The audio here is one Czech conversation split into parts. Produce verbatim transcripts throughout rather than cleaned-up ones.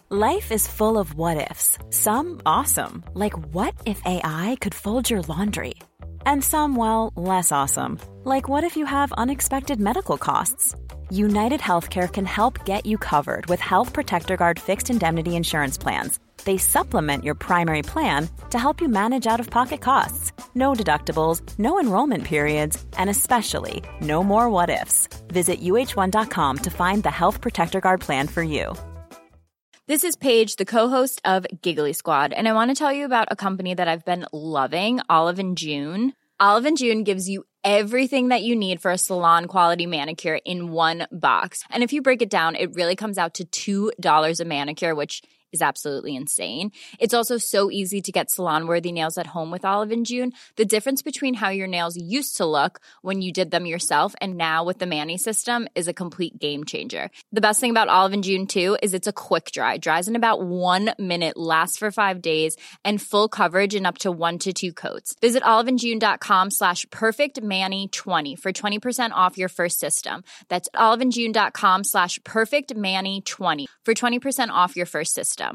Life is full of what-ifs. Some awesome, like what if A I could fold your laundry? And some, well, less awesome, like what if you have unexpected medical costs? United Healthcare can help get you covered with Health Protector Guard fixed indemnity insurance plans. They supplement your primary plan to help you manage out-of-pocket costs. No deductibles, no enrollment periods, and especially no more what-ifs. Visit U H one dot com to find the Health Protector Guard plan for you. This is Paige, the co-host of Giggly Squad, and I want to tell you about a company that I've been loving, Olive and June. Olive and June gives you everything that you need for a salon-quality manicure in one box. And if you break it down, it really comes out to two dollars a manicure, which is absolutely insane. It's also so easy to get salon-worthy nails at home with Olive and June. The difference between how your nails used to look when you did them yourself and now with the Mani system is a complete game changer. The best thing about Olive and June, too, is it's a quick dry. Dries in about one minute, lasts for five days, and full coverage in up to one to two coats. Visit oliveandjune.com slash perfectmani20 for twenty percent off your first system. That's oliveandjune.com slash perfectmani20 for twenty percent off your first system.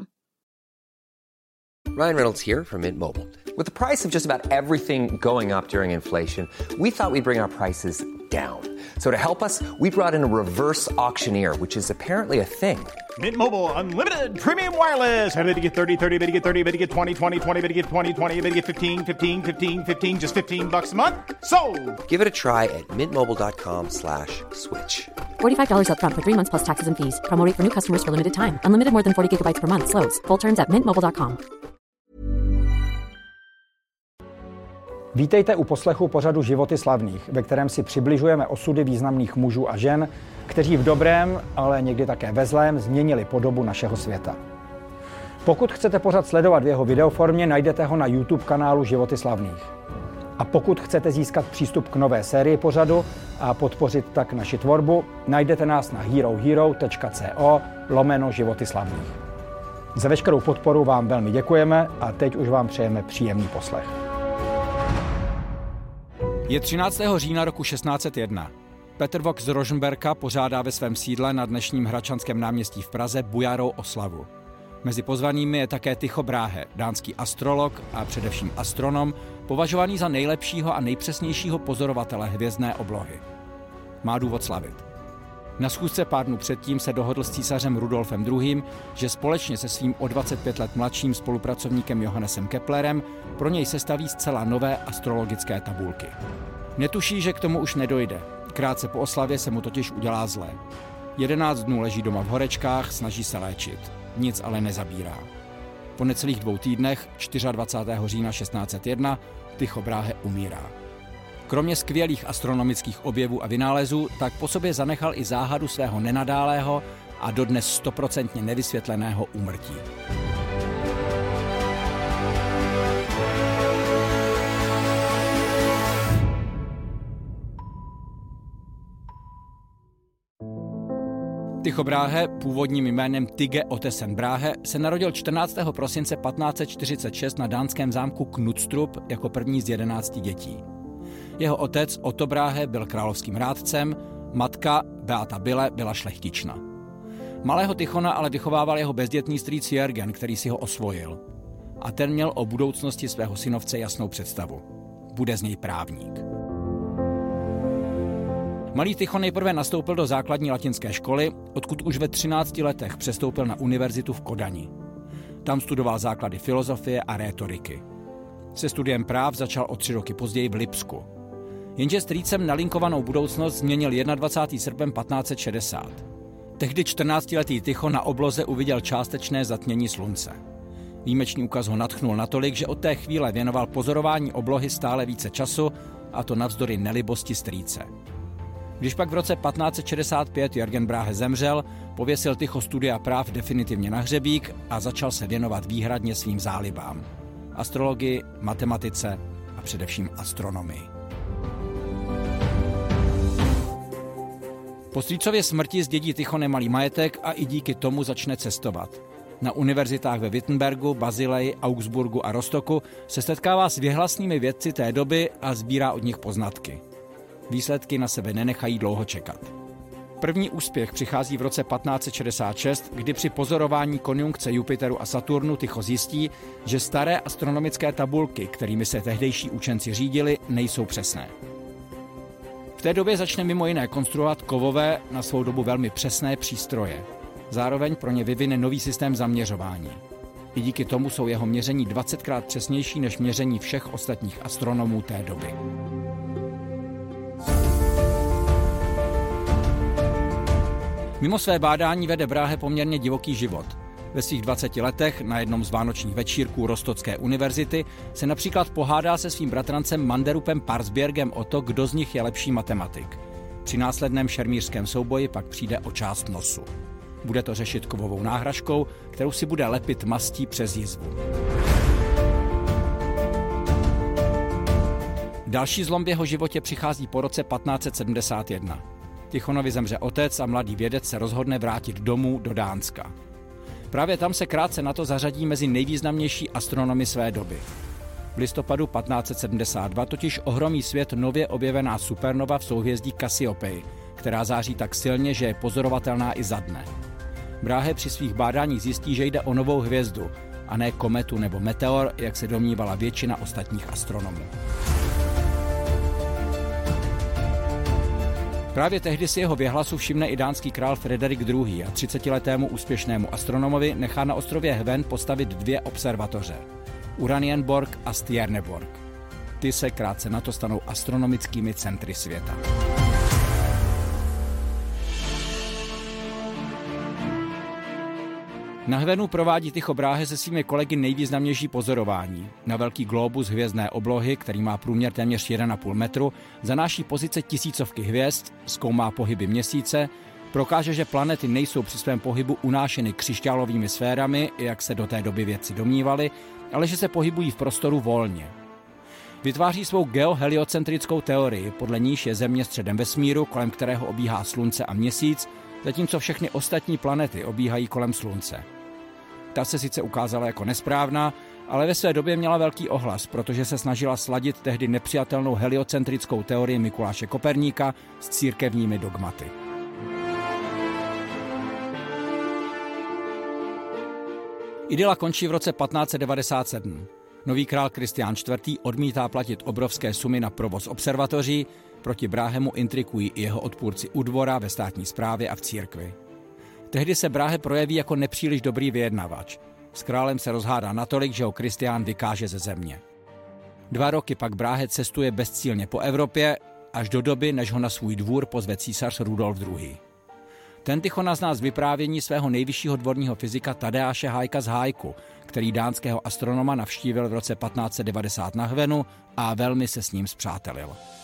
Ryan Reynolds here from Mint Mobile. With the price of just about everything going up during inflation, we thought we'd bring our prices down. So to help us, we brought in a reverse auctioneer, which is apparently a thing. Mint Mobile Unlimited Premium Wireless. How to get thirty, thirty, how to get thirty, how to get twenty, twenty, twenty, how to get twenty, twenty, how to get fifteen, fifteen, fifteen, fifteen, just fifteen bucks a month? Sold! Give it a try at mintmobile.com slash switch. forty-five dollars up front for three months plus taxes and fees. Promo rate for new customers for limited time. Unlimited more than forty gigabytes per month. Slows full terms at mint mobile dot com. Vítejte u poslechu pořadu Životy slavných, ve kterém si přibližujeme osudy významných mužů a žen, kteří v dobrém, ale někdy také ve zlém změnili podobu našeho světa. Pokud chcete pořad sledovat v jeho videoformě, najdete ho na YouTube kanálu Životy slavných. A pokud chcete získat přístup k nové sérii pořadu a podpořit tak naši tvorbu, najdete nás na herohero.co lomeno Životy slavných. Za veškerou podporu vám velmi děkujeme a teď už vám přejeme příjemný poslech. Je třináctého října roku šestnáct set jedna. Petr Vok z Rožmberka pořádá ve svém sídle na dnešním Hradčanském náměstí v Praze bujarou oslavu. Mezi pozvanými je také Tycho Brahe, dánský astrolog a především astronom, považovaný za nejlepšího a nejpřesnějšího pozorovatele hvězdné oblohy. Má důvod slavit. Na schůzce pár dnů předtím se dohodl s císařem Rudolfem druhým., že společně se svým o dvacet pět let mladším spolupracovníkem Johannesem Keplerem pro něj sestaví zcela nové astrologické tabulky. Netuší, že k tomu už nedojde. Krátce po oslavě se mu totiž udělá zlé. Jedenáct dnů leží doma v horečkách, snaží se léčit. Nic ale nezabírá. Po necelých dvou týdnech, dvacátého čtvrtého října šestnáct set jedna, Tycho Brahe umírá. Kromě skvělých astronomických objevů a vynálezů, tak po sobě zanechal i záhadu svého nenadálého a dodnes stoprocentně nevysvětleného úmrtí. Tycho Brahe, původním jménem Tige Ottesen Brahe, se narodil čtrnáctého prosince patnáct set čtyřicet šest na dánském zámku Knudstrup jako první z jedenácti dětí. Jeho otec Otto Brahe byl královským rádcem, matka Beata Bille byla šlechtična. Malého Tychona ale vychovával jeho bezdětný strýc Jörgen, který si ho osvojil. A ten měl o budoucnosti svého synovce jasnou představu. Bude z něj právník. Malý Tychon nejprve nastoupil do základní latinské školy, odkud už ve třinácti letech přestoupil na univerzitu v Kodani. Tam studoval základy filozofie a rétoriky. Se studiem práv začal o tři roky později v Lipsku. Jenže strýcem nalinkovanou budoucnost změnil dvacátého prvního srpna patnáct set šedesát. Tehdy čtrnáctiletý Tycho na obloze uviděl částečné zatmění slunce. Výjimečný úkaz ho nadchnul natolik, že od té chvíle věnoval pozorování oblohy stále více času, a to navzdory nelibosti strýce. Když pak v roce patnáct set šedesát pět Jörgen Brahe zemřel, pověsil Tycho studia práv definitivně na hřebík a začal se věnovat výhradně svým zálibám. Astrologii, matematice a především astronomii. Po strýcově smrti zdědí Tycho nemalý majetek a i díky tomu začne cestovat. Na univerzitách ve Wittenbergu, Basileji, Augsburgu a Rostocku se setkává s věhlasnými vědci té doby a sbírá od nich poznatky. Výsledky na sebe nenechají dlouho čekat. První úspěch přichází v roce patnáct set šedesát šest, kdy při pozorování konjunkce Jupiteru a Saturnu Tycho zjistí, že staré astronomické tabulky, kterými se tehdejší učenci řídili, nejsou přesné. V té době začne mimo jiné konstruovat kovové, na svou dobu velmi přesné přístroje. Zároveň pro ně vyvine nový systém zaměřování. I díky tomu jsou jeho měření dvacetkrát přesnější než měření všech ostatních astronomů té doby. Mimo své bádání vede Brahe poměrně divoký život. Ve svých dvaceti letech na jednom z vánočních večírků Rostocké univerzity se například pohádá se svým bratrancem Manderupem Parsbjergem o to, kdo z nich je lepší matematik. Při následném šermířském souboji pak přijde o část nosu. Bude to řešit kovovou náhražkou, kterou si bude lepit mastí přes jizvu. Další zlom v jeho životě přichází po roce patnáct set sedmdesát jedna. Tichonovi zemře otec a mladý vědec se rozhodne vrátit domů do Dánska. Právě tam se krátce na to zařadí mezi nejvýznamnější astronomy své doby. V listopadu patnáct set sedmdesát dva totiž ohromí svět nově objevená supernova v souhvězdí Kassiopei, která září tak silně, že je pozorovatelná i za dne. Brahe při svých bádáních zjistí, že jde o novou hvězdu, a ne kometu nebo meteor, jak se domnívala většina ostatních astronomů. Právě tehdy si jeho věhlasu všimne i dánský král Frederik druhý. a třicetiletému úspěšnému astronomovi nechá na ostrově Hven postavit dvě observatoře. Uranienborg a Stjerneborg. Ty se krátce na to stanou astronomickými centry světa. Na Hvenu provádí Tycho Brahe se svými kolegy nejvýznamnější pozorování. Na velký globus hvězdné oblohy, který má průměr téměř jeden a půl metru, zanáší pozice tisícovky hvězd, zkoumá pohyby měsíce, prokáže, že planety nejsou při svém pohybu unášeny křišťálovými sférami, jak se do té doby vědci domnívali, ale že se pohybují v prostoru volně. Vytváří svou geoheliocentrickou teorii, podle níž je Země středem vesmíru, kolem kterého obíhá Slunce a Měsíc, zatímco všechny ostatní planety obíhají kolem Slunce. Ta se sice ukázala jako nesprávná, ale ve své době měla velký ohlas, protože se snažila sladit tehdy nepřijatelnou heliocentrickou teorii Mikuláše Koperníka s církevními dogmaty. Idyla končí v roce patnáct set devadesát sedm. Nový král Kristián čtvrtý. odmítá platit obrovské sumy na provoz observatoří, proti Brahemu intrikují i jeho odpůrci u dvora, ve státní správě a v církvi. Tehdy se Brahe projeví jako nepříliš dobrý vyjednavač. S králem se rozhádá natolik, že ho Kristián vykáže ze země. Dva roky pak Brahe cestuje bezcílně po Evropě, až do doby, než ho na svůj dvůr pozve císař Rudolf druhý. Ten Tycho nazná z vyprávění svého nejvyššího dvorního fyzika Tadeáše Hájka z Hájku, který dánského astronoma navštívil v roce patnáct set devadesát na Hvenu a velmi se s ním spřátelil.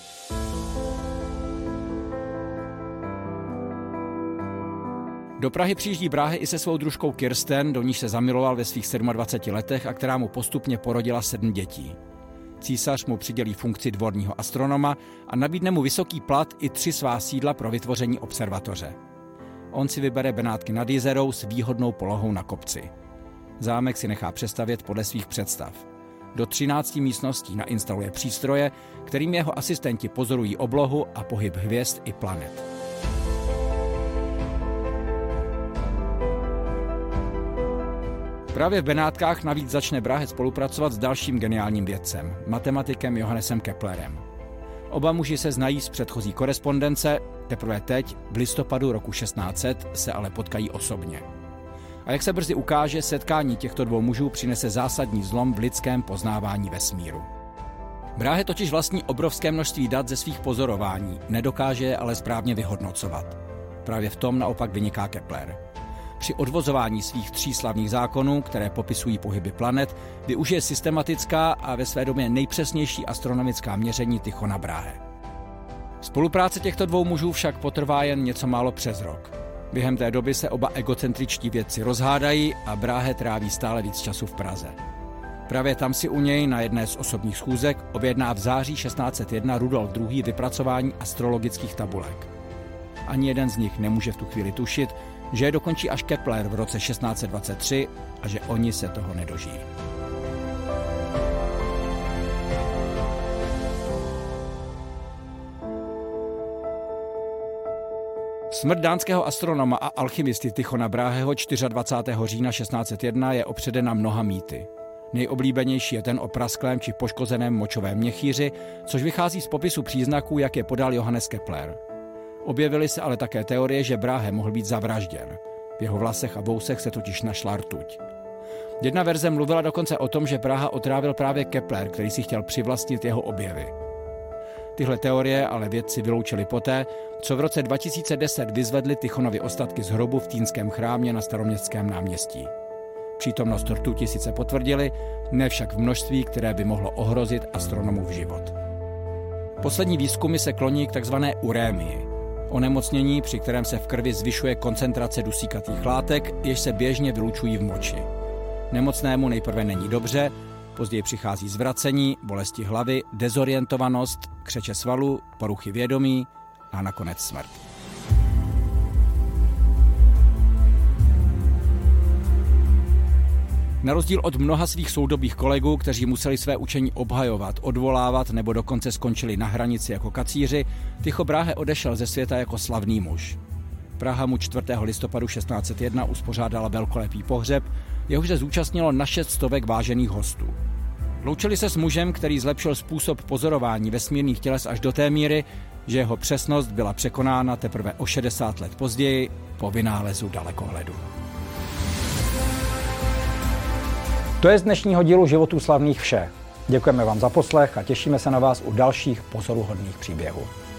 Do Prahy přijíždí Brahe i se svou družkou Kirsten, do níž se zamiloval ve svých dvaceti sedmi letech a která mu postupně porodila sedm dětí. Císař mu přidělí funkci dvorního astronoma a nabídne mu vysoký plat i tři svá sídla pro vytvoření observatoře. On si vybere Benátky nad Jizerou s výhodnou polohou na kopci. Zámek si nechá přestavět podle svých představ. Do třinácti místností nainstaluje přístroje, kterým jeho asistenti pozorují oblohu a pohyb hvězd i planet. Právě v Benátkách navíc začne Brahe spolupracovat s dalším geniálním vědcem, matematikem Johannesem Keplerem. Oba muži se znají z předchozí korespondence, teprve teď, v listopadu roku šestnáct set, se ale potkají osobně. A jak se brzy ukáže, setkání těchto dvou mužů přinese zásadní zlom v lidském poznávání vesmíru. Brahe totiž vlastní obrovské množství dat ze svých pozorování, nedokáže je ale správně vyhodnocovat. Právě v tom naopak vyniká Kepler. Při odvozování svých tří slavných zákonů, které popisují pohyby planet, využije systematická a ve své době nejpřesnější astronomická měření Tychona Brahe. Spolupráce těchto dvou mužů však potrvá jen něco málo přes rok. Během té doby se oba egocentričtí vědci rozhádají a Brahe tráví stále víc času v Praze. Právě tam si u něj na jedné z osobních schůzek objedná v září šestnáct set jedna Rudolf druhý. vypracování astrologických tabulek. Ani jeden z nich nemůže v tu chvíli tušit, že je dokončí až Kepler v roce šestnáct set dvacet tři a že oni se toho nedožijí. Smrt dánského astronoma a alchymisty Tychona Braheho dvacátého čtvrtého října šestnáct set jedna je opředena mnoha mýty. Nejoblíbenější je ten o prasklém či poškozeném močovém měchýři, což vychází z popisu příznaků, jak je podal Johannes Kepler. Objevily se ale také teorie, že Brahe mohl být zavražděn. V jeho vlasech a vousech se totiž našla rtuť. Jedna verze mluvila dokonce o tom, že Braha otrávil právě Kepler, který si chtěl přivlastnit jeho objevy. Tyhle teorie ale vědci vyloučili poté, co v roce dva tisíce deset vyzvedli Tychonovy ostatky z hrobu v Týnském chrámě na Staroměstském náměstí. Přítomnost rtuti sice potvrdili, ne však v množství, které by mohlo ohrozit astronomův život. Poslední výzkumy se kloní k takzvané urémii, onemocnění, při kterém se v krvi zvyšuje koncentrace dusíkatých látek, jež se běžně vylučují v moči. Nemocnému nejprve není dobře, později přichází zvracení, bolesti hlavy, dezorientovanost, křeče svalů, poruchy vědomí a nakonec smrt. Na rozdíl od mnoha svých soudobých kolegů, kteří museli své učení obhajovat, odvolávat nebo dokonce skončili na hranici jako kacíři, Tycho Brahe odešel ze světa jako slavný muž. Praha mu čtvrtého listopadu šestnáct set jedna uspořádala velkolepý pohřeb, jehož se zúčastnilo na šest stovek vážených hostů. Loučili se s mužem, který zlepšil způsob pozorování vesmírných těles až do té míry, že jeho přesnost byla překonána teprve o šedesát let později po vynálezu dalekohledu. To je z dnešního dílu Životů slavných vše. Děkujeme vám za poslech a těšíme se na vás u dalších pozoruhodných příběhů.